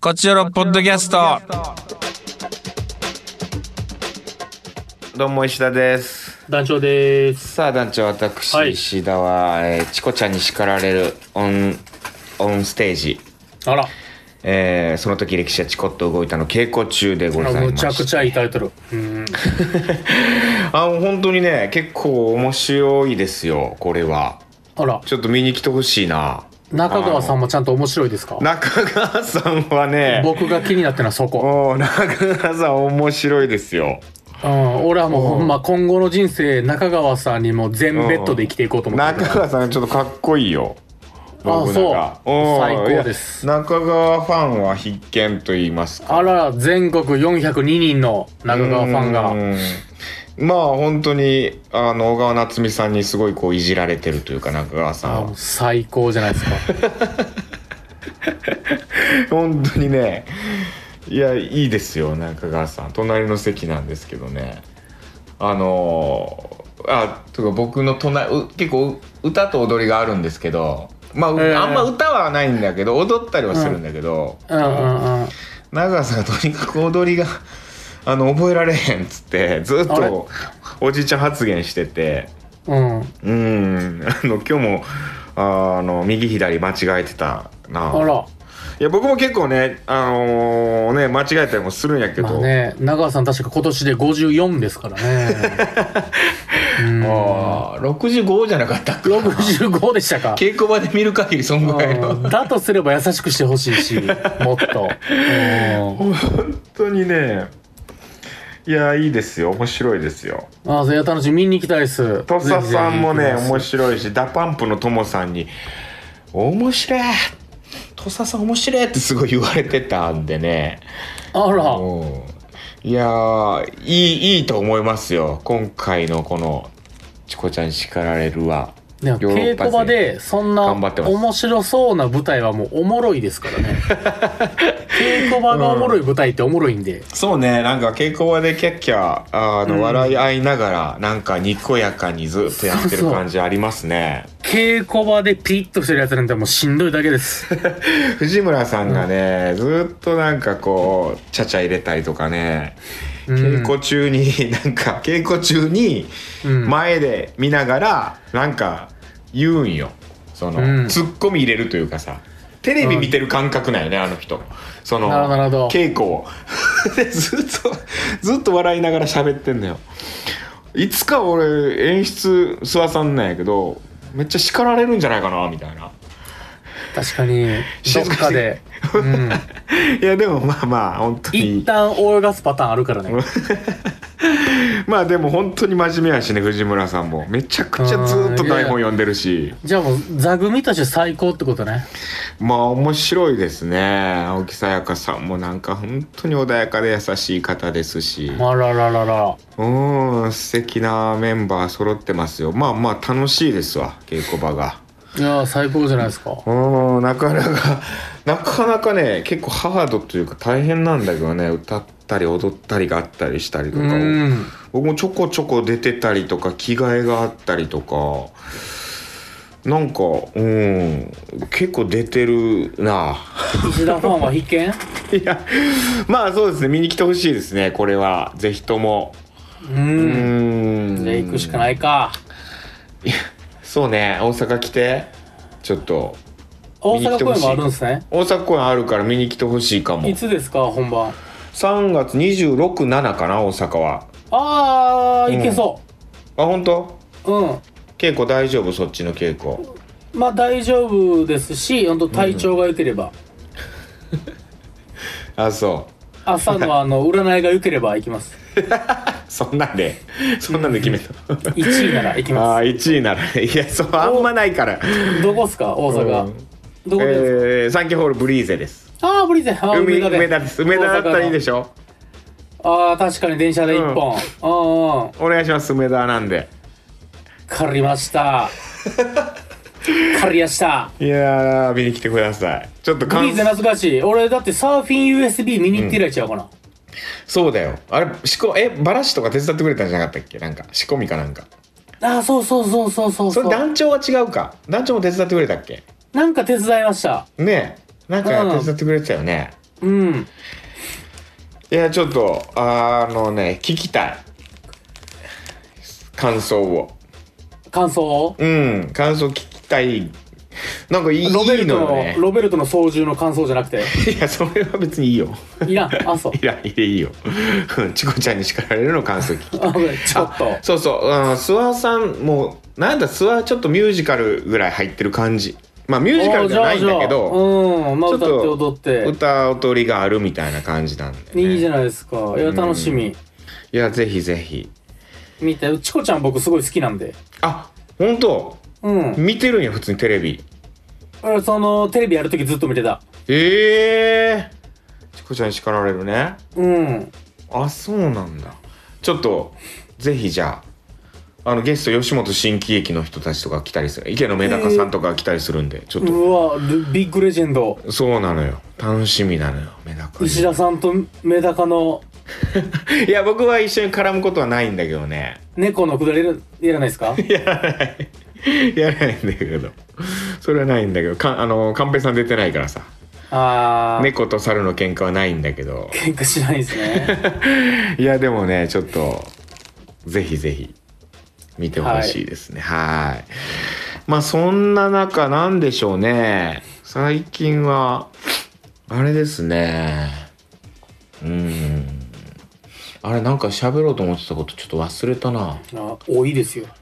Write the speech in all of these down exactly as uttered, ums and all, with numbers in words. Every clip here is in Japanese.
こちらのポッドキャスト。どうも石田です。 団長です。 さあ団長、私、 はい、 石田は、えー、チコちゃんに叱られるオンオンステージ、 あら、 えー、その時歴史はチコッと動いたの稽古中でございまして、 むちゃくちゃいいタイトル。うんあの本当にね、結構面白いですよ。これはあら、 ちょっと見に来てほしいな。 中川さんもちゃんと面白いですか？ 中川さんはね、 僕が気になってるのはそこ。 お中川さん面白いですよ。 うん、俺はもうほんま今後の人生中川さんにも全ベッドで生きていこうと思ってる。 中川さんちょっとかっこいいよ。 ああ、そう最高です。 中川ファンは必見と言いますか。 あら、全国よんひゃくににんの中川ファンが。 うんまあ本当にあの小川夏美さんにすごいこういじられてるというか、中川さんは最高じゃないですか。 本当にね、いやいいですよ。中川さん隣の席なんですけどね、あのあとか僕の隣結構歌と踊りがあるんですけど、まあ、えー、あんま歌はないんだけど踊ったりはするんだけど、うんうんうんうん、中川さんがとにかく踊りがあの覚えられへんっつってずっとおじいちゃん発言してて、うんうんあの今日もあの右左間違えてたな。あら、いや僕も結構ね、あのー、ね間違えたりもするんやけど、まあね、中川さん確か今年でごじゅうよんですからね。 うんあろくじゅうごじゃなかったか。 ろくじゅうごでしたか。 稽古場で見る限りそんぐらいのだとすれば優しくしてほしいし、もっと本当にね、いやいいですよ、面白いですよ。 ああ、いや楽しみ、見に行きたいです。 土佐さんもね面白いし、ダパンプのトモさんに面白い土佐さん面白いってすごい言われてたんでね。 あら、 いやいいいいと思いますよ、今回のこのチコちゃん叱られるは。 稽古場でそんな面白そうな舞台はもうおもろいですからね。稽古場がおもろい舞台っておもろいんで、うん、 そうね、なんか稽古場でキャッキャあの、うん、笑い合いながらなんかにこやかにずっとやってる感じありますね。 そうそう、稽古場でピリッとしてるやつなんてもうしんどいだけです。 藤村さんがね、うん、ずっとなんかこうちゃちゃ入れたりとかね、稽古中になんか稽古中に前で見ながらなんか言うんよ、その、うん、ツッコミ入れるというかさ、テレビ見てる感覚なんよね、あの人。その稽古をでずっとずっと笑いながら喋ってんのよ。いつか俺演出諏訪さんなんやけどめっちゃ叱られるんじゃないかなみたいな。 確かにどっかで、うん、 いやでもまあまあ本当に一旦泳がすパターンあるからね。 まあでも本当に真面目やしね、藤村さんもめちゃくちゃずっと台本読んでるし。 じゃあもう座組として最高ってことね。 まあ面白いですね。青木さやかさんもなんか本当に穏やかで優しい方ですし、 あらららら、 うん素敵なメンバー揃ってますよ。まあまあ楽しいですわ、稽古場が。 いや最高じゃないですか。 うんなかなかなかなかね結構ハードというか大変なんだけどね、歌ったり踊ったりがあったりしたりとか、僕もちょこちょこ出てたりとか着替えがあったりとかなんかうん結構出てるな。 石田ファンは必見。 いやまあそうですね、見に来てほしいですね、これはぜひとも。 うんうんじゃあ行くしかないか。 いやそうね、大阪来てちょっと大阪公演もあるんですね。 大阪公演あるから見に来てほしいかも。 いつですか本番？ さんがつにじゅうろく、しちかな、大阪は。 あー、いけそう。 あ、本当？ うん。 稽古大丈夫？そっちの稽古。 まあ大丈夫ですし、本当体調が良ければ。 うん、あ、そう。 朝のあの占いが良ければ行きます。 そんなんでそんなんで決めた。 いちいなら行きます。 ああいちいならいやそうあんまないから。 どこっすか大阪？うん、どこですか？ えー、サンキューホールブリーゼです。 ああブリーゼ。あ梅田で梅田です。梅田だったらいいでしょ。 ああ確かに電車で一本。うん、 お願いします。梅田なんで。 借りました。借りやした。 いやー見に来てください。ちょっとブリーゼ懐かしい。俺だってサーフィン ユーエスビー 見に行ってるやつやうかな。うん、 そうだよ。あれ仕込えバラシとか手伝ってくれたんじゃなかったっけ？なんか仕込みかなんか。 ああそうそうそうそうそう。 それ団長は違うか。団長も手伝ってくれたっけ？ なんか手伝いました。 ねえなんか手伝ってくれてたよね。 うん。 いやちょっとあのね聞きたい感想を。 感想？ うん感想聞きたい。なんかいいロベルトの、 ね、 ロベルトの操縦の感想じゃなくていやそれは別にいいよ。 いらん。あそういらんいいいいよ。チコちゃんに叱られるの感想聞きたい。 ちょっとそうそう、うん、諏訪さんもうなんだ諏訪ちょっとミュージカルぐらい入ってる感じ。まあミュージカルじゃないんだけど、 うん、まあ、歌って踊って歌踊りがあるみたいな感じなんで、ね、 いいじゃないですか。いや楽しみ。いやぜひぜひ見て。チコちゃん僕すごい好きなんで。 あ本当。 うん見てるんや普通にテレビ。 俺そのテレビやるときずっと見てた。 ええー、チコちゃんに叱られるね。 うんあそうなんだ。ちょっとぜひじゃああのゲスト吉本新喜劇の人たちとか来たりする。池野メダカさんとか来たりするんで、ちょっとうわビッグレジェンド。 そうなのよ楽しみなのよメダカ。 石田さんとメダカのいや僕は一緒に絡むことはないんだけどね。 猫のくだりやらないですか？ やらないやらないんだけどそれはないんだけどかあのカンペさん出てないからさ。 あ猫と猿の喧嘩はないんだけど。 喧嘩しないですね。 いやでもねちょっとぜひぜひ見てほしいですね。はい。まあそんな中なんでしょうね。最近はあれですね。うーん。あれなんか喋ろうと思ってたことちょっと忘れたな。 あ多いですよ。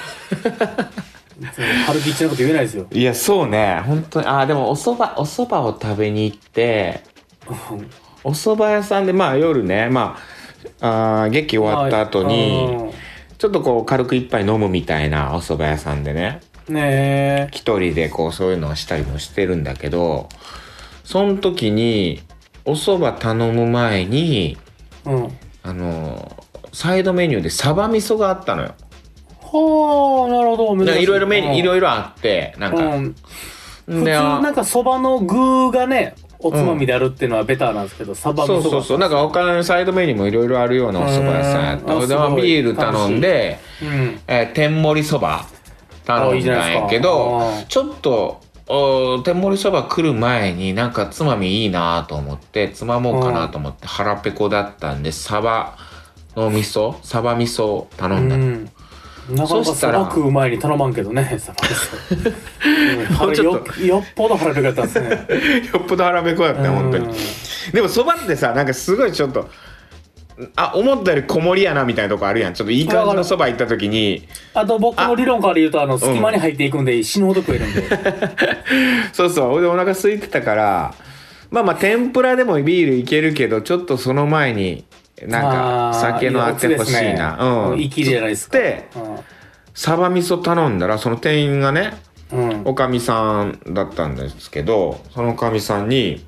春吉なこと言えないですよ。 いやそうね本当に。あでもおそばおそばを食べに行ってお蕎麦屋さんでまあ夜ねまああ劇終わった後にちょっとこう軽く一杯飲むみたいなお蕎麦屋さんでねねえ一人でこうそういうのをしたりもしてるんだけど、その時にお蕎麦頼む前に、 うん、 あのサイドメニューでサバ味噌があったのよ。 はあなるほど。 いろいろメニューいろいろあってなんか、うん、 普通なんかそばの具がねおつまみであるっていうのはベターなんですけど、うん、サバ味噌がそうそうそうなんか他のサイドメニューもいろいろあるようなお蕎麦屋さんやった。でまあビール頼んで、うんえー、天盛りそば頼んだんやけどちょっと天盛りそば来る前になんかつまみいいなと思ってつまもうかなと思って腹ペコだったんでサバの味噌サバ味噌を頼んだの、うんなかなかサバ食う前に頼まんけどねサバ味噌よ, よっぽど腹ペコやったんですね。 よっぽど腹ペコやったよ本当に。でもそばってさなんかすごいちょっとあ思ったより小盛りやなみたいなとこあるやん。ちょっといい感じのそば行った時にあと僕の理論から言うとあの隙間に入っていくんで、うん、死ぬほど食えるんでそうそうでお腹空いてたからまあまあ天ぷらでもビールいけるけどちょっとその前になんか酒のあってほしいな、 うん、いきじゃないですか。 で、うん、サバ味噌頼んだらその店員がね、うん、おかみさんだったんですけどそのおかみさんに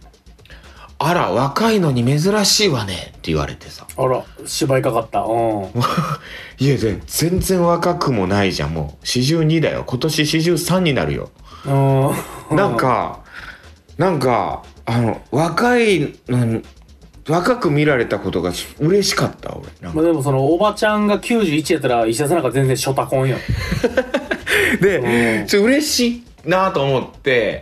「あら若いのに珍しいわね」って言われてさ。 あら芝居かかった。うんいや全然若くもないじゃん。もうよんじゅうにだよ今年よんじゅうさんになるよ。なんかなんかあの若いのに若く見られたことが嬉しかった俺。なんかまあでもそのおばちゃんがきゅうじゅういちやったら石田さんなんか全然ショタコンよ。 で、うん、ちょっと嬉しいなと思って、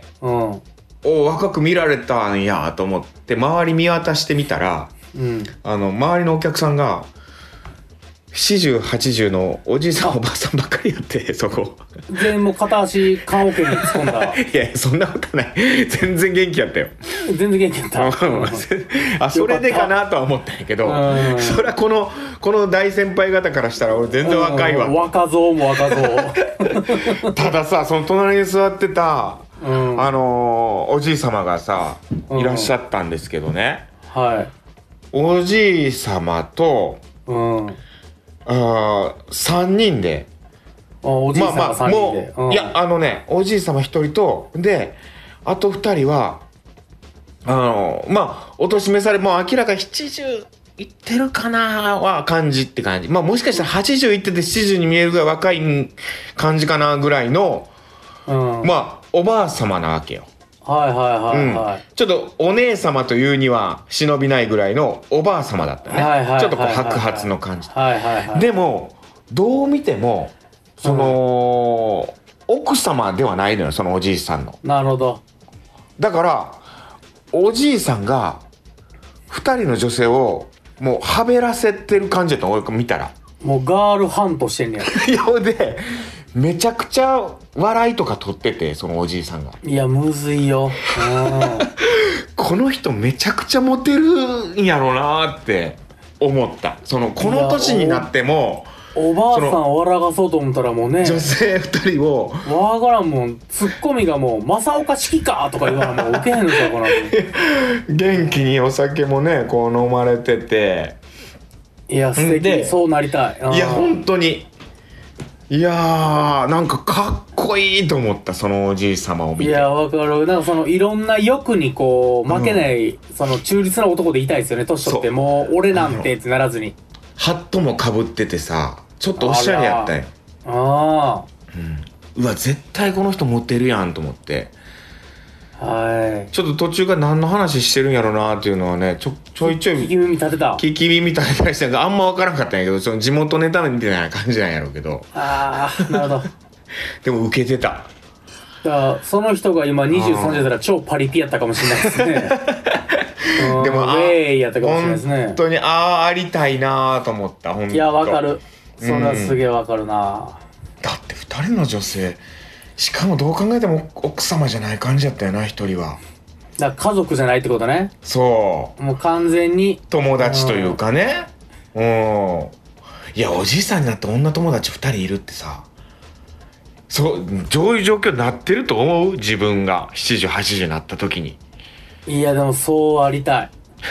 うん、お若く見られたんやと思って周り見渡してみたら、うん、あの周りのお客さんがななじゅうはちじゅうのおじいさんおばあさんばっかりやってそこ全員もう片足棺桶に突っ込んだ。 いやそんなことない全然元気やったよ。 全然元気やった。 あそれでかなとは思ったんやけどそりゃこのこの大先輩方からしたら俺全然若いわ。 若造も若造たださその隣に座ってた、うん、あのー、おじい様がさいらっしゃったんですけどね、 うん、はいおじい様と、うんあさんにんでおじい様さんにんで、 まあまあもう、うん、いやあのねおじい様ひとりとであとふたりはあのまあお年召されもう明らかにななじゅういってるかなは感じって感じ。まあもしかしたらはちじゅういっててななじゅうに見えるぐらい若い感じかなぐらいの、うん、まあおばあ様なわけよ。 はいはいはいはい、うん、 ちょっとお姉様というには忍びないぐらいのおばあ様だったね、はいはいはいはい、ちょっとこう白髪の感じ、はいはいはい、でもどう見てもその、うん、奥様ではないのよそのおじいさんの。 なるほど。 だからおじいさんがふたりの女性をもうはべらせてる感じやったの俺見たら。 もうガールハントしてんねや。 いやほんでめちゃくちゃ笑いとか取っててそのおじいさんが。 いやむずいよ。 この人めちゃくちゃモテるんやろうなって思った。そのこの年になってもおばあさんを笑かそうと思ったらもうね、 女性ふたりをわからんもん、ツッコミがもう正岡式かとか言わなもうウケへんのちゃうかな。 元気にお酒もねこう飲まれてて、 いや素敵、そうなりたい。 いや本当にいやーなんかかっこいいと思った、そのおじい様を見て。 いやわかる。なんかそのいろんな欲にこう負けない、うん、その中立な男でいたいですよね。年取ってもう俺なんてってならずに。 ハットもかぶっててさ、ちょっとおしゃれやったよ。 ああ、 うん、うわ絶対この人モテるやんと思って。 はい。 ちょっと途中から何の話してるんやろうなっていうのはね、ちょちょいちょい聞き耳立てた。 聞き耳立てたりしてあんま分からんかったんやけど、その地元ネタみたいな感じなんやろうけど。 ああなるほど。 でも受けてた。 だからその人が今にじゅうさんだったら超パリピやったかもしれないですね。 でもウェイやったかもしれないですね。 本当にああありたいなと思った。本当。 いやわかる。それはすげえわかるな、 うん。だってふたりの女性、しかもどう考えても奥様じゃない感じだったよな一人は。 だから家族じゃないってことね。 そう。 もう完全に友達というかね。うん。いやおじいさんになって女友達ふたりいるってさ。そうそういう状況になってると思う？自分がななじゅうはちじゅうになった時に。 いやでもそうありたい。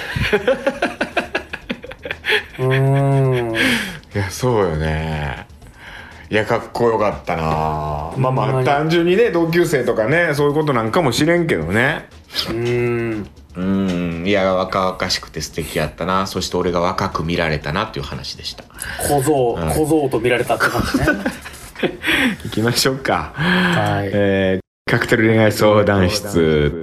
うーん。 いやそうよね。いやかっこよかったな。まあまあ単純にね同級生とかねそういうことなんかもしれんけどね。 うーん。 うーん。いや若々しくて素敵やったな。そして俺が若く見られたなっていう話でした。 小僧、うん、小僧と見られたって感じね。 行きましょうか。 はい。 えー、カクテル恋愛相談室。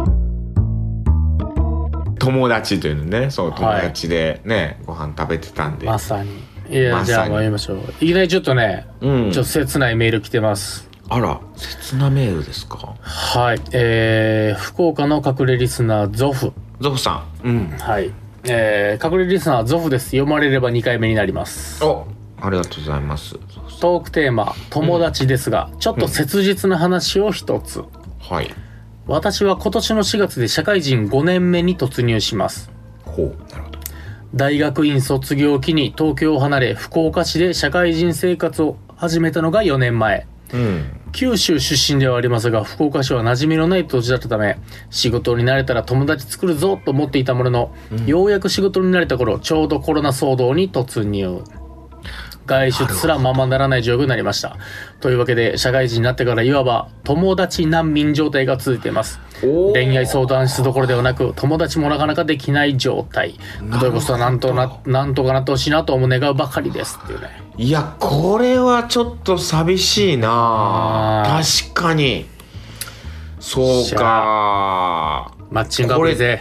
友達というのね、そう友達でね、はい、ご飯食べてたんで。 まさに。いや、ま、じゃあ参りましょう。いきなりちょっとね、うん、ちょっと切ないメール来てます。 あら、切なメールですか。 はい。えー、福岡の隠れリスナーゾフ。 ゾフさん。うん。 はい。えー、隠れリスナーゾフです。読まれればにかいめになります。 お、ありがとうございます。 トークテーマ、友達ですが、うん、ちょっと切実な話を一つ。うん、 はい。 私は今年のしがつで社会人ごねんめに突入します。 ほう、なるほど。 大学院卒業を機に東京を離れ福岡市で社会人生活を始めたのがよねんまえ、うん、九州出身ではありますが福岡市は馴染みのない土地だったため仕事に慣れたら友達作るぞと思っていたものの、うん、ようやく仕事に慣れた頃ちょうどコロナ騒動に突入。外出すらままならない状況になりました。というわけで社会人になってからいわば友達難民状態が続いています。恋愛相談室どころではなく友達もなかなかできない状態。例えばさなんとななんとかなってほしいなと思う願うばかりですっていうね。 いやこれはちょっと寂しいな。確かにそうか。 マッチングアプリで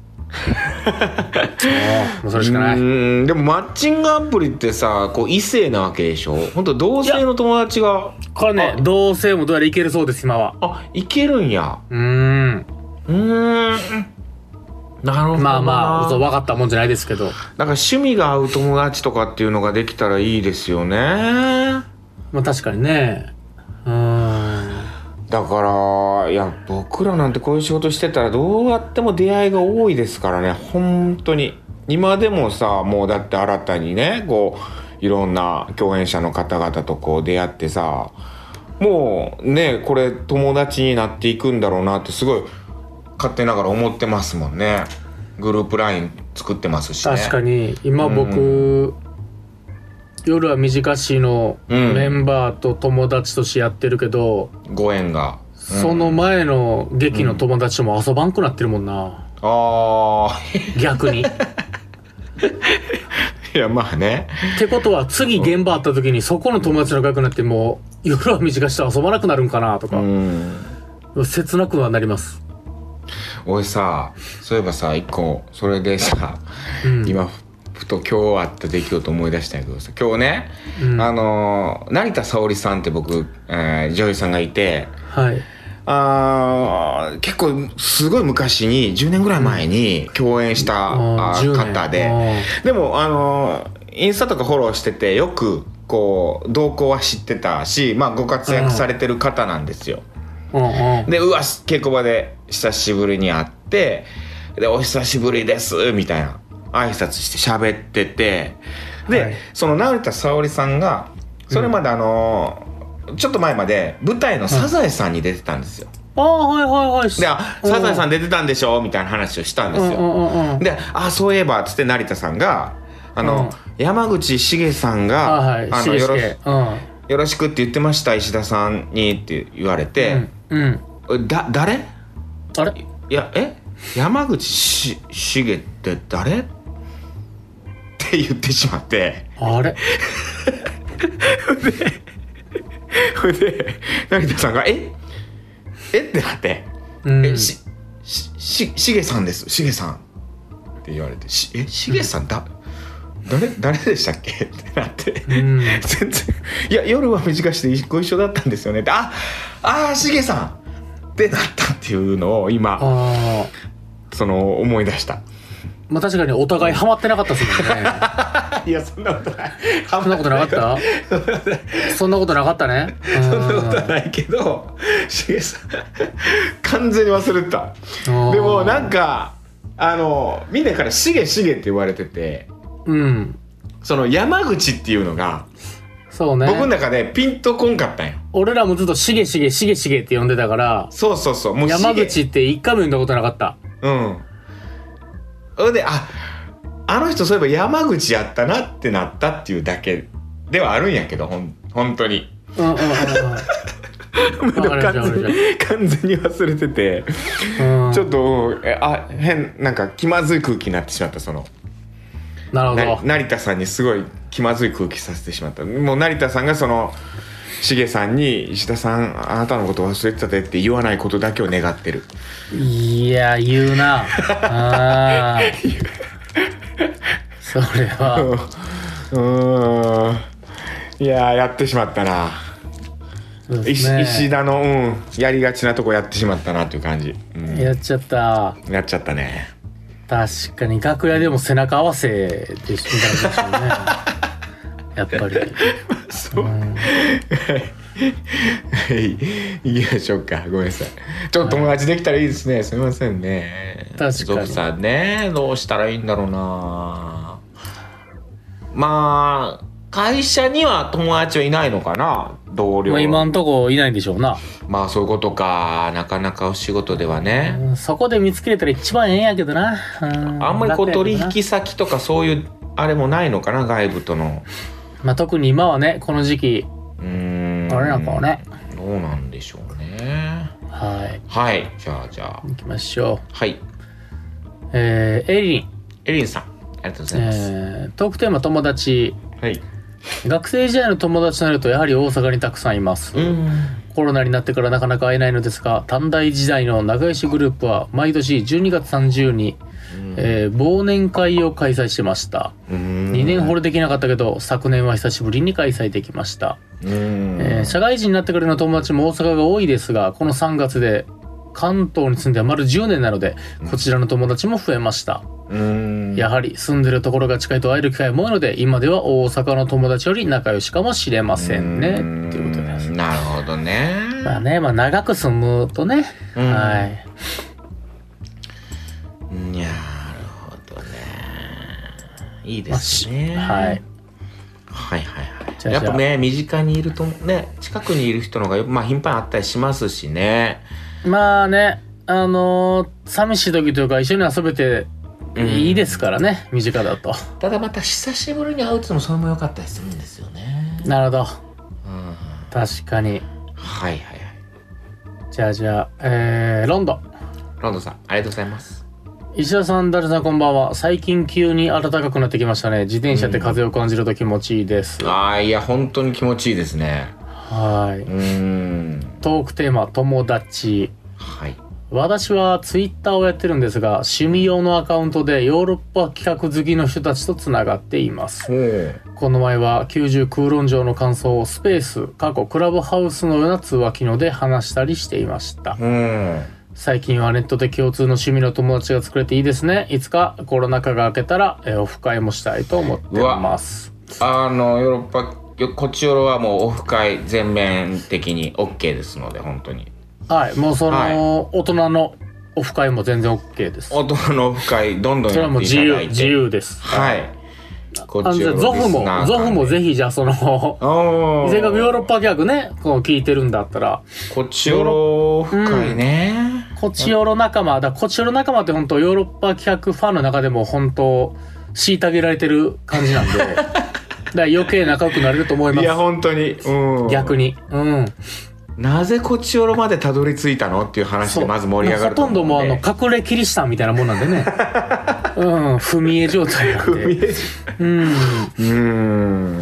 もうそれしかない。 うんでもマッチングアプリってさこう異性なわけでしょ。本当同性の友達がこれね同性もどうやらいけるそうです今は。 あいけるんや。 うーんうーんなるほど。 まあまあそう分かったもんじゃないですけど、なんか趣味が合う友達とかっていうのができたらいいですよね。 まあ確かにね。うーんだからいや僕らなんてこういう仕事してたらどうやっても出会いが多いですからね。本当に今でもさもうだって新たにねこういろんな共演者の方々とこう出会ってさもうねこれ友達になっていくんだろうなってすごい勝手ながら思ってますもんね。グループライン作ってますしね。 確かに今僕、うん、夜は短しのメンバーと友達としてやってるけど、 うん、ご縁が、 うん、その前の劇の友達とも遊ばんくなってるもんな、うん、 あ逆にいやまあねってことは次現場あった時にそこの友達の仲良くなってもう夜は短しと遊ばなくなるんかなとか、うん、切なくはなります。 俺さそういえばさ一個それでさ、うん、今ふと今日あった出来事思い出したんやけどさ今日ね、うん、あの成田沙織さんって僕、えー、女優さんがいて、 はい、 あ結構すごい昔にじゅうねんぐらい前に共演した、うん、方で、でもあのインスタとかフォローしててよくこう動向は知ってたし、まあ、ご活躍されてる方なんですよ、うんうん、でうわ稽古場で久しぶりに会ってでお久しぶりですみたいな挨拶して喋っててで、はい、その成田沙織さんがそれまであの、うん、ちょっと前まで舞台のサザエさんに出てたんですよ、 うん、ああはいはいはいであサザエさん出てたんでしょみたいな話をしたんですよ、うんうんうん、であそういえばっつって成田さんがあの、うん、山口茂さんが、はい、あのよろし、うん、よろしくって言ってました石田さんにって言われて、うんうん、だ誰あれいやえ山口し茂って誰って言ってしまってあれでで成田さんがええってなって、うん、えしししげさんですしげさんって言われてしえしげさんだ、うん、誰誰でしたっけってなって、うん、全然いや夜は短してご一緒だったんですよねってああしげさんってなったっていうのを今あその思い出した。 まあ確かにお互いハマってなかったですもんねいやそんなことないそんなことなかったそんなことなかったねそんなことはないけどしげさん完全に忘れてた。でもなんかあのみんなからしげしげって言われてて、うん、その山口っていうのがそうね、 僕の中でピンとこんかったんよ。 俺らもずっとしげしげしげしげって呼んでたからそうそうそうもう山口って一回も呼んだことなかった。 うんでああの人そういえば山口やったなってなったっていうだけではあるんやけどほん本当にうんうんうん完全に完全に忘れてて、うん、ちょっとえあ変なんか気まずい空気になってしまった。そのなるほど成田さんにすごい気まずい空気させてしまった。もう成田さんがそのしげさんに石田さんあなたのこと忘れてたでって言わないことだけを願ってる。 いや言うなあそれはうんいややってしまったな、ね、石田の、うん、やりがちなとこやってしまったなっていう感じ、 うん、やっちゃったやっちゃったね。 確かに楽屋でも背中合わせでしたんでしょうねやっぱりそう、うん、 はい行きましょうか。ごめんなさいちょっと友達できたらいいですね、はい、すみませんね。 確かにゾフさんねどうしたらいいんだろうな。まあ会社には友達はいないのかな同僚、 まあ、今んとこいないんでしょうな。 まあそういうことかなかなかお仕事ではね、 うん、そこで見つけれたら一番ええんやけどな、 うん、あんまりこう取引先とかそういうあれもないのかな外部との。 まあ特に今はねこの時期うーんあれなんかはねどうなんでしょうね。 はいはいじゃあじゃあ行きましょう。 はいえー、エリンエリンさんありがとうございます、 えー、トークテーマ友達。 はい学生時代の友達となるとやはり大阪にたくさんいます。コロナになってからなかなか会えないのですが短大時代の仲良しグループは毎年じゅうにがつさんじゅうにちに、えー、忘年会を開催してました。にねんほどできなかったけど昨年は久しぶりに開催できました。えー、社会人になってからの友達も大阪が多いですがこのさんがつで関東に住んで丸じゅうねんなのでこちらの友達も増えました。うーんやはり住んでるところが近いと会える機会も多いので今では大阪の友達より仲良しかもしれませんねっていうことです。 なるほどね。 まあねまあ長く住むとねはいなるほどねいいですね、まあ、はいはいはいはいやっぱね身近にいるとね近くにいる人の方がまあ頻繁にあったりしますしね。 まあねあのー、寂しい時というか一緒に遊べていいですからね、うん、身近だと。 ただまた久しぶりに会うっていうのもそれも良かったりするんですよね。 なるほど、うん、 確かに。 はいはいはいじゃあじゃあ、えー、ロンドロンドさんありがとうございます。 石田さんダルさんこんばんは。最近急に暖かくなってきましたね。自転車って風を感じると気持ちいいです、 うん、ああいや本当に気持ちいいですね。 はい。うーんトークテーマ友達。 はい私はツイッターをやってるんですが、趣味用のアカウントでヨーロッパ企画好きの人たちとつながっています。この前はきゅうじゅう空論城の感想をスペース過去クラブハウスのような通話機能で話したりしていました。最近はネットで共通の趣味の友達が作れていいですね。いつかコロナ禍が明けたらえオフ会もしたいと思ってます。 あのヨーロッパこっちよろはもうオフ会全面的に OK ですので、本当に。 はい、もうその、はい、大人のオフ会も全然 OK です。 大人のオフ会どんどんやっていただいて。それはもう自由自由です。 はい。 こっちよろゾフもゾフもぜひじゃあそのせっかくヨーロッパ客ねこう聞いてるんだったらこっちよろオフ会ね。 うん、こっちよろ仲間だ。こっちよろ仲間って本当ヨーロッパ企画ファンの中でも本当虐げられてる感じなんで。だから余計仲良くなれると思います。 いや本当に、うん、 逆に、うん、 なぜこっちよろまでたどり着いたのっていう話でまず盛り上がると思うんで。 ほとんどもうあの隠れキリシタンみたいなもんなんでね。うん、踏み絵状態なんで。うん。うん。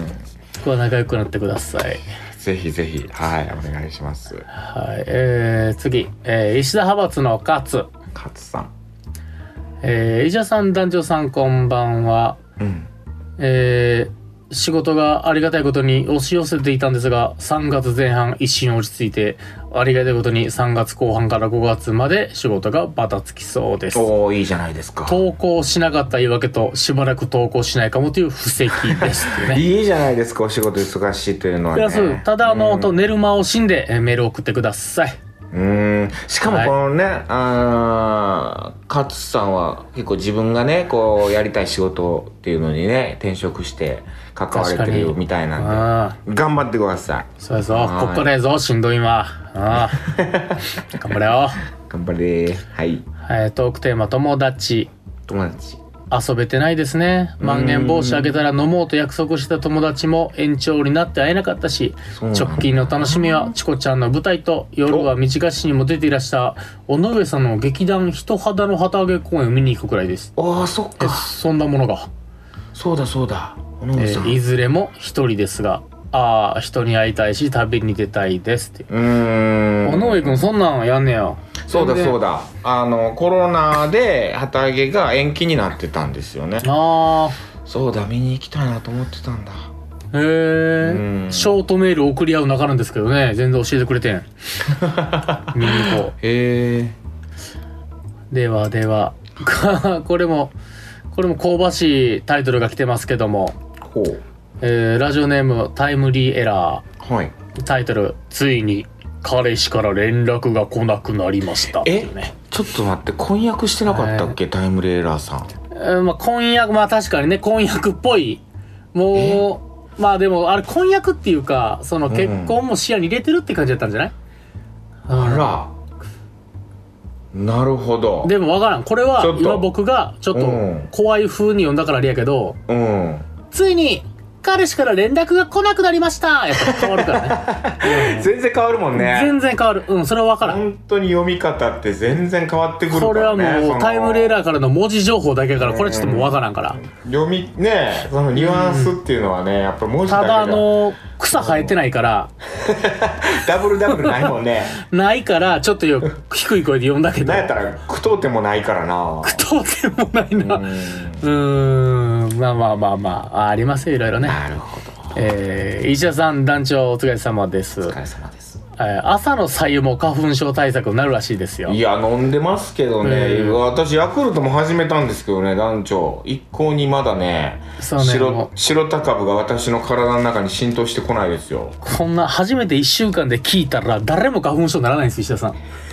ここは仲良くなってください。 ぜひぜひ、はい、お願いします。 はい、えー、次、えー、石田派閥の勝。 勝さん。 えー、石田さん、団長さん、こんばんは。うん。えー、仕事がありがたいことに押し寄せていたんですが、さんがつぜん半一瞬落ち着いて、ありがたいことにさんがつこう半からごがつまで仕事がバタつきそうです。 おー、いいじゃないですか。 投稿しなかった言い訳と、しばらく投稿しないかもという布石ですね。 いいじゃないですか、お仕事忙しいというのはね。いや、そう。 ただ、あの、と寝る間を惜しんでメールを送ってください。 うーん、しかもこのね、はい、あ勝さんは結構自分がねこうやりたい仕事っていうのにね転職して関われてるみたいなんで頑張ってください。 そうですよ、こっからやぞしんどいわ。あ頑張れよ。 頑張れ。はい、 はい、トークテーマ友達。 友達遊べてないですね。まん延防止明けたら飲もうと約束した友達も延長になって会えなかったし、直近の楽しみはチコちゃんの舞台と夜は短しにも出ていらした尾上さんの劇団人肌の旗揚げ公演を見に行くくらいです。 ああ、そっか。 そんなものが。 そうだそうだ。尾上さん、 えー、いずれも一人ですが、ああ人に会いたいし旅に出たいですって。うーん。尾上くんそんなんやんねや。 そうだそうだ、あのコロナで旗揚げが延期になってたんですよね。ああ、そうだ、見に行きたいなと思ってたんだ。 へえ、ショートメール送り合う仲なんですけどね、全然教えてくれてん。見に行こう。へえ。ではではこれもこれも香ばしいタイトルが来てますけども、ほう、えー、ラジオネームタイムリーエラー、はい、タイトルついに彼氏から連絡が来なくなりましたっていうね。 え、ちょっと待って、婚約してなかったっけ、タイムリーエラーさん。 えー、まあ婚約、まあ確かにね、婚約っぽい。もうまあでもあれ婚約っていうか、その結婚も視野に入れてるって感じだったんじゃない？ うん、あら、なるほど。 でもわからん、これは今僕がちょっと怖い風に読んだからあれやけど、うん、ついに彼氏から連絡が来なくなりました。やっぱ変わるからね。うん、全然変わるもんね。 全然変わる。うん、それは分からん。 本当に読み方って全然変わってくるからね。 これはもうタイムレーダーからの文字情報だけだから、これちょっともう分からんから。 読みね、そのニュアンスっていうのはね、やっぱ文字だけただあの草生えてないから。 ダブルダブルないもんね。 ないからちょっとよ低い声で読んだけど。 なんやったら句読点もないからな。 句読点もないな。うーん、まあまあまあまあありますよ、いろいろね。 なるほど。 えー、石田さん団長お疲れ様です。 お疲れ様です。 えー、朝の白湯も花粉症対策になるらしいですよ。 いや飲んでますけどね、私ヤクルトも始めたんですけどね、団長一向にまだね、そうね、白白タ株が私の体の中に浸透してこないですよ。 こんな初めていっしゅうかんで聞いたら誰も花粉症にならないんです石田さん。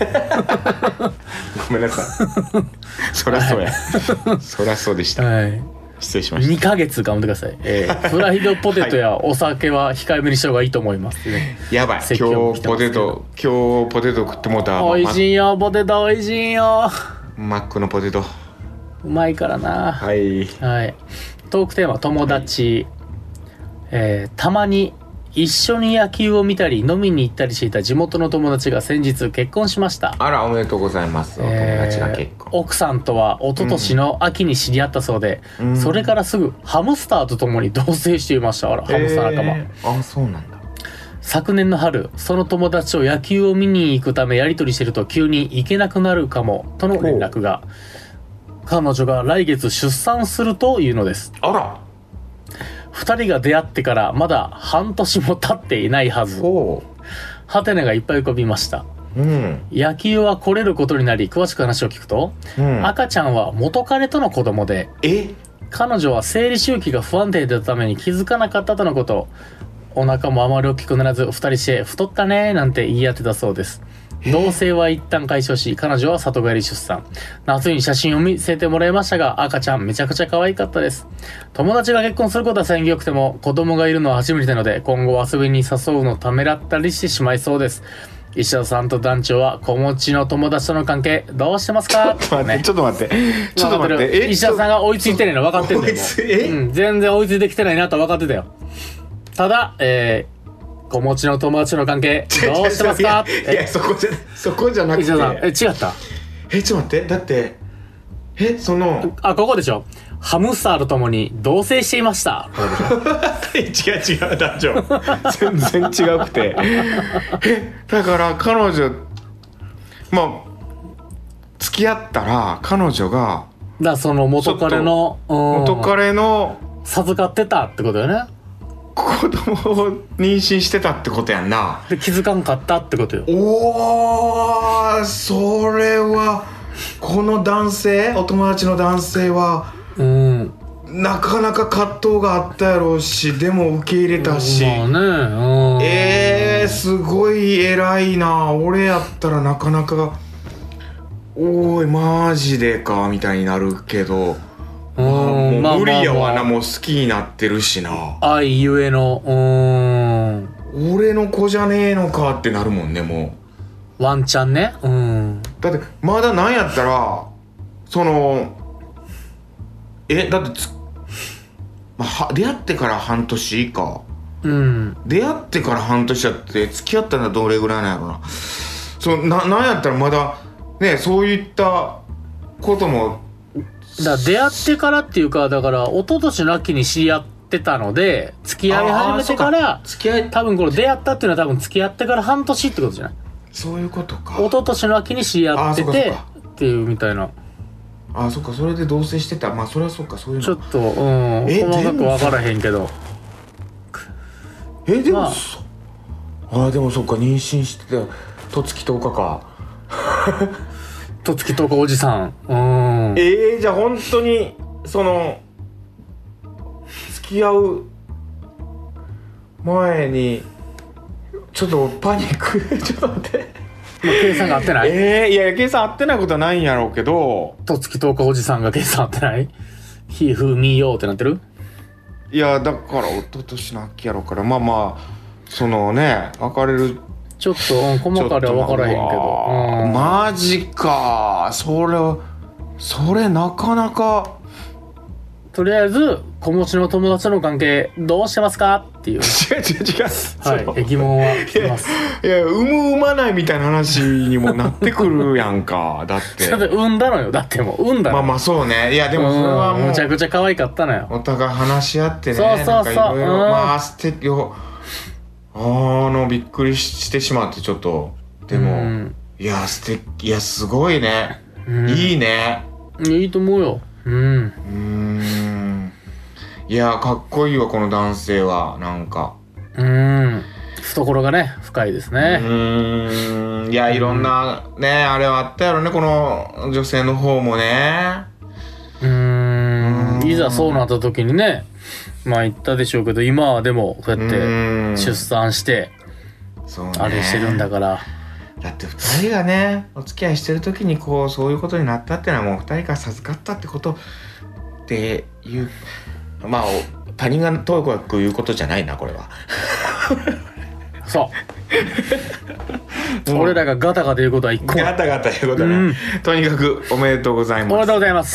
ごめんなさい。そりゃそうや、はい、そりゃそうでした、はい、失礼しました。 にかげつ頑張ってください、えー、フライドポテトやお酒は控えめにした方がいいと思いますね。 やばい、今日ポテト今日ポテト食ってもうた。 おいしいよポテト、おいしいよマックのポテトうまいからな。 はい、 はい、トークテーマ友達、はい、えー、たまに一緒に野球を見たり飲みに行ったりしていた地元の友達が先日結婚しました。 あら、おめでとうございます。お友達が結婚、 えー、奥さんとは一昨年の秋に知り合ったそうで、うん、それからすぐハムスターと共に同棲していました。あら、ハムスター仲間、 えー、あ、そうなんだ。 昨年の春、その友達と野球を見に行くためやり取りしてると急に行けなくなるかもとの連絡が。彼女が来月出産するというのです。 あら。 二人が出会ってからまだ半年も経っていないはず。ハテナがいっぱい浮かびました。 うん、 野球は来れることになり、詳しく話を聞くと、うん、赤ちゃんは元彼との子供で、 え彼女は生理周期が不安定だったために気づかなかったとのこと。お腹もあまり大きくならず、二人して太ったねーなんて言い合ってたそうです。同棲は一旦解消し、彼女は里帰り出産。夏に写真を見せてもらいましたが、赤ちゃんめちゃくちゃ可愛かったです。友達が結婚することは縁起良くても、子供がいるのは初めてなので、今後遊びに誘うのをためらったりしてしまいそうです。石田さんと団長は子持ちの友達との関係どうしてますか？ ちょっと待って、ね、ちょっと待ってちょっと待ってえ石田さんが追いついてないの分かってんだよ。うん、全然追いついてきてないなと分かってたよ。ただ、えー、子持ちの友達の関係どうしてますか？ いや、いやそこじゃそこじゃなくて、 石田さん、え違った？ えちょっと待って、だってえそのあここでしょ。ハムスターと共に同棲していました。 違う違う団長全然違くてえだから彼女まあ付き合ったら彼女がだその元彼の元彼の授かってたってことよね。 子供を妊娠してたってことやんな。 で気づかんかったってことよ。 おーそれはこの男性お友達の男性はうん、 なかなか葛藤があったやろうし、でも受け入れたし、 まあね、うん、 えー、すごい偉いな。俺やったらなかなかおーいマジでかみたいになるけど、まあ、もう無理やわな、もう好きになってるしな。 愛ゆえのうーん俺の子じゃねえのかってなるもんね。もうワンチャンね、うん、 だってまだなんやったらそのえだってつ、まあ、は出会ってから半年以下、 うん、 出会ってから半年やって付き合ったのはどれぐらいなんやろな。そうななんやったらまだねそういったこともだ出会ってからっていうかだから一昨年の秋に知り合ってたので付き合い始めてから付き合い多分この出会ったっていうのは多分付き合ってから半年ってことじゃない。 そういうことか。 一昨年の秋に知り合っててっていうみたいな。 ああそっかそれで同棲してた。まあそれはそっかそういうのちょっとうん細かく分からへんけどえでも、まあ、あでもそっか妊娠してたとつきとおかかとつきとおかおじさんうんえー、じゃあ本当にその付き合う前にちょっとパニックちょっと待って計算が合ってないえー、いや計算合ってないことはないんやろうけどとつきとおかおじさんが計算合ってないひふみよってなってる。 いやだから一昨年の秋やろうからまあまあそのね別れるちょっと、うん、細かでは分からへんけど、 うん、マジかそれそれなかなかとりあえず子持ちの友達の関係どうしてますかっていう違う違う違う、 はい、疑問は聞きます。 いや産む産まないみたいな話にもなってくるやんかだってだって産んだのよ。だってもう産んだの。 まあまあそうね。いやでもそれはもうむちゃくちゃ可愛かったのよ。 お互い話し合ってね。 そうそうそう。 なんかいろいろまあ素敵よ。あのびっくりしてしまってちょっとでも、うん、いや素敵いやすごいね、うん、いいね。 いいと思うよ。うん。うーんいやかっこいいわこの男性はなんか。 うーん懐がね深いですね。 うーんいやいろんなね、うん、あれはあったやろねこの女性の方もね。 うーんいざそうなった時にねまあ言ったでしょうけど今はでもこうやって出産してあれしてるんだから。 だってふたりがねお付き合いしてる時にこうそういうことになったっていうのはもうふたりから授かったってことっていうまあ他人がとにかく言うことじゃないなこれはそう俺らがガタガタ言うことは一個ガタガタ言うことはね、うん、とにかくおめでとうございます。 おめでとうございます、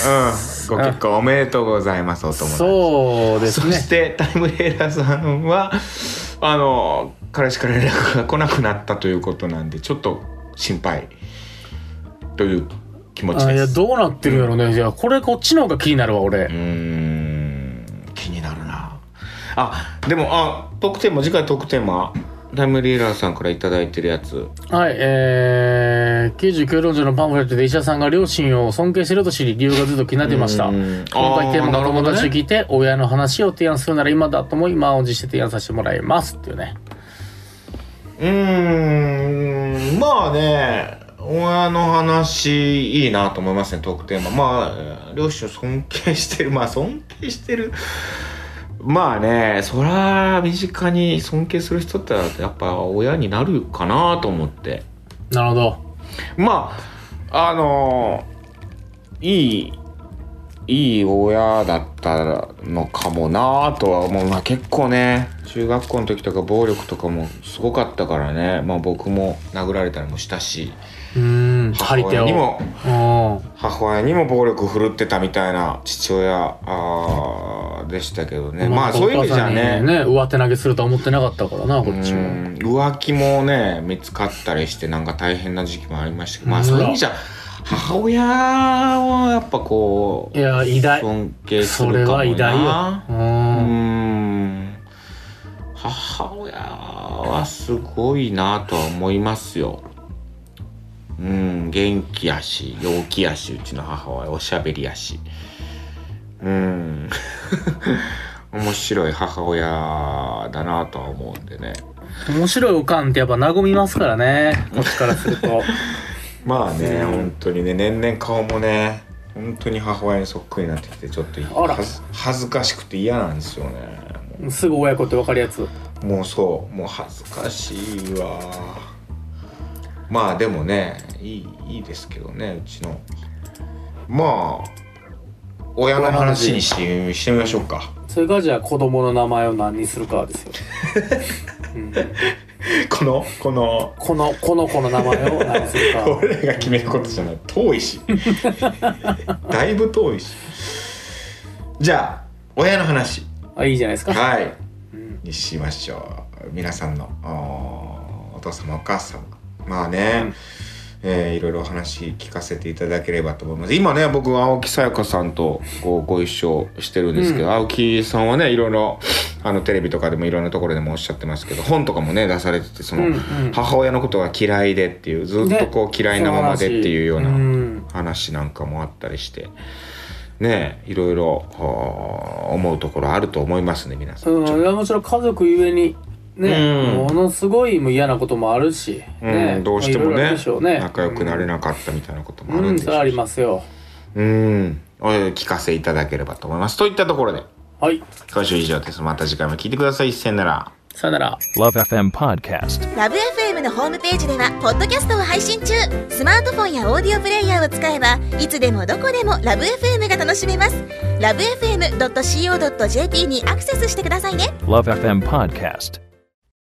うん、ご結婚おめでとうございますお友達。 そうですね。 そしてタイムレーラーさんはあの彼氏から連絡が来なくなったということなんでちょっと心配という気持ちです。 あいやどうなってるんやろね、うん、じゃあこれこっちの方が気になるわ俺。 うーん気になるなあ。でもあトークテーマ次回トークテーマタイムリーラーさんからいただいてるやつ。 はい、えー、きゅうじゅうきゅう論者のパンフレットで医者さんが両親を尊敬していると知り、理由がずっと気になっていました。今回テーマが友達と聞いて、親の話を提案するなら今だと思い、満を持して提案させてもらいますっていうね。 うーん、まあね、親の話いいなと思いますね、トークテーマ。まあ、両親を尊敬してる、まあ尊敬してる。まあね、そら身近に尊敬する人ってやっぱ親になるかなと思って。 なるほど。 まああのいいいい親だったのかもなとは思う。まあ結構ね、中学校の時とか暴力とかもすごかったからね。まあ僕も殴られたりもしたし、 うーん、 母親にも母親にも暴力振るってたみたいな父親あでしたけどね。まあそういう意味じゃね、 ね、上手投げするとは思ってなかったからな、こっちも。 浮気もね見つかったりしてなんか大変な時期もありましたけど、まあそういう意味じゃ母親はやっぱこう、 いや偉大、 尊敬するかもな。それは偉大よ。うーん、母親はすごいなとは思いますよ。うん、元気やし陽気やし、うちの母親おしゃべりやし、うん面白い母親だなとは思うんでね。 面白いおかんってやっぱ和みますからね、こっちからするとまあね、うん、本当にね、年々顔もね本当に母親にそっくりになってきて、ちょっと恥ずかしくて嫌なんですよね。 すぐ親子って分かるやつ。 もうそうもう恥ずかしいわ。まあでもねいい、いいですけどね、うちのまあ親の話にし、してみましょうか。 それからじゃあ子供の名前を何にするかですよ、うん、 このこのこのこの子の名前を何にするか俺らが決めることじゃない、遠いしだいぶ遠いし。じゃあ親の話、 あ、いいじゃないですか。 はい、うん、にしましょう。皆さんの お, お父様お母様、まあね、うんえー、いろいろお話聞かせていただければと思います。今ね、僕青木さやかさんとこうご一緒してるんですけど、うん、青木さんはねいろいろあのテレビとかでもいろんなところでもおっしゃってますけど、本とかもね出されてて、その、うんうん、母親のことが嫌いでっていう、ずっとこう嫌いなままでっていうような話なんかもあったりしてね、いろいろ思うところあると思いますね、皆さん。 うん、いやもちろん家族ゆえにね、うん、ものすごい嫌なこともあるし、ね、 うん、どうしても ね, ね仲良くなれなかったみたいなこともあるんでしょうし、 うん、それありますよ。 うん、お聞かせいただければと思います。といったところで、 はい、 今週以上です。また次回も聞いてください。さよなら。 さよなら。 ラブ エフエム Podcast。 ラブ エフエム のホームページではポッドキャストを配信中。スマートフォンやオーディオプレイヤーを使えばいつでもどこでもラブ エフエム が楽しめます。ラブ エフエムドットシーオードットジェーピー にアクセスしてくださいね。 ラブ エフエム Podcast。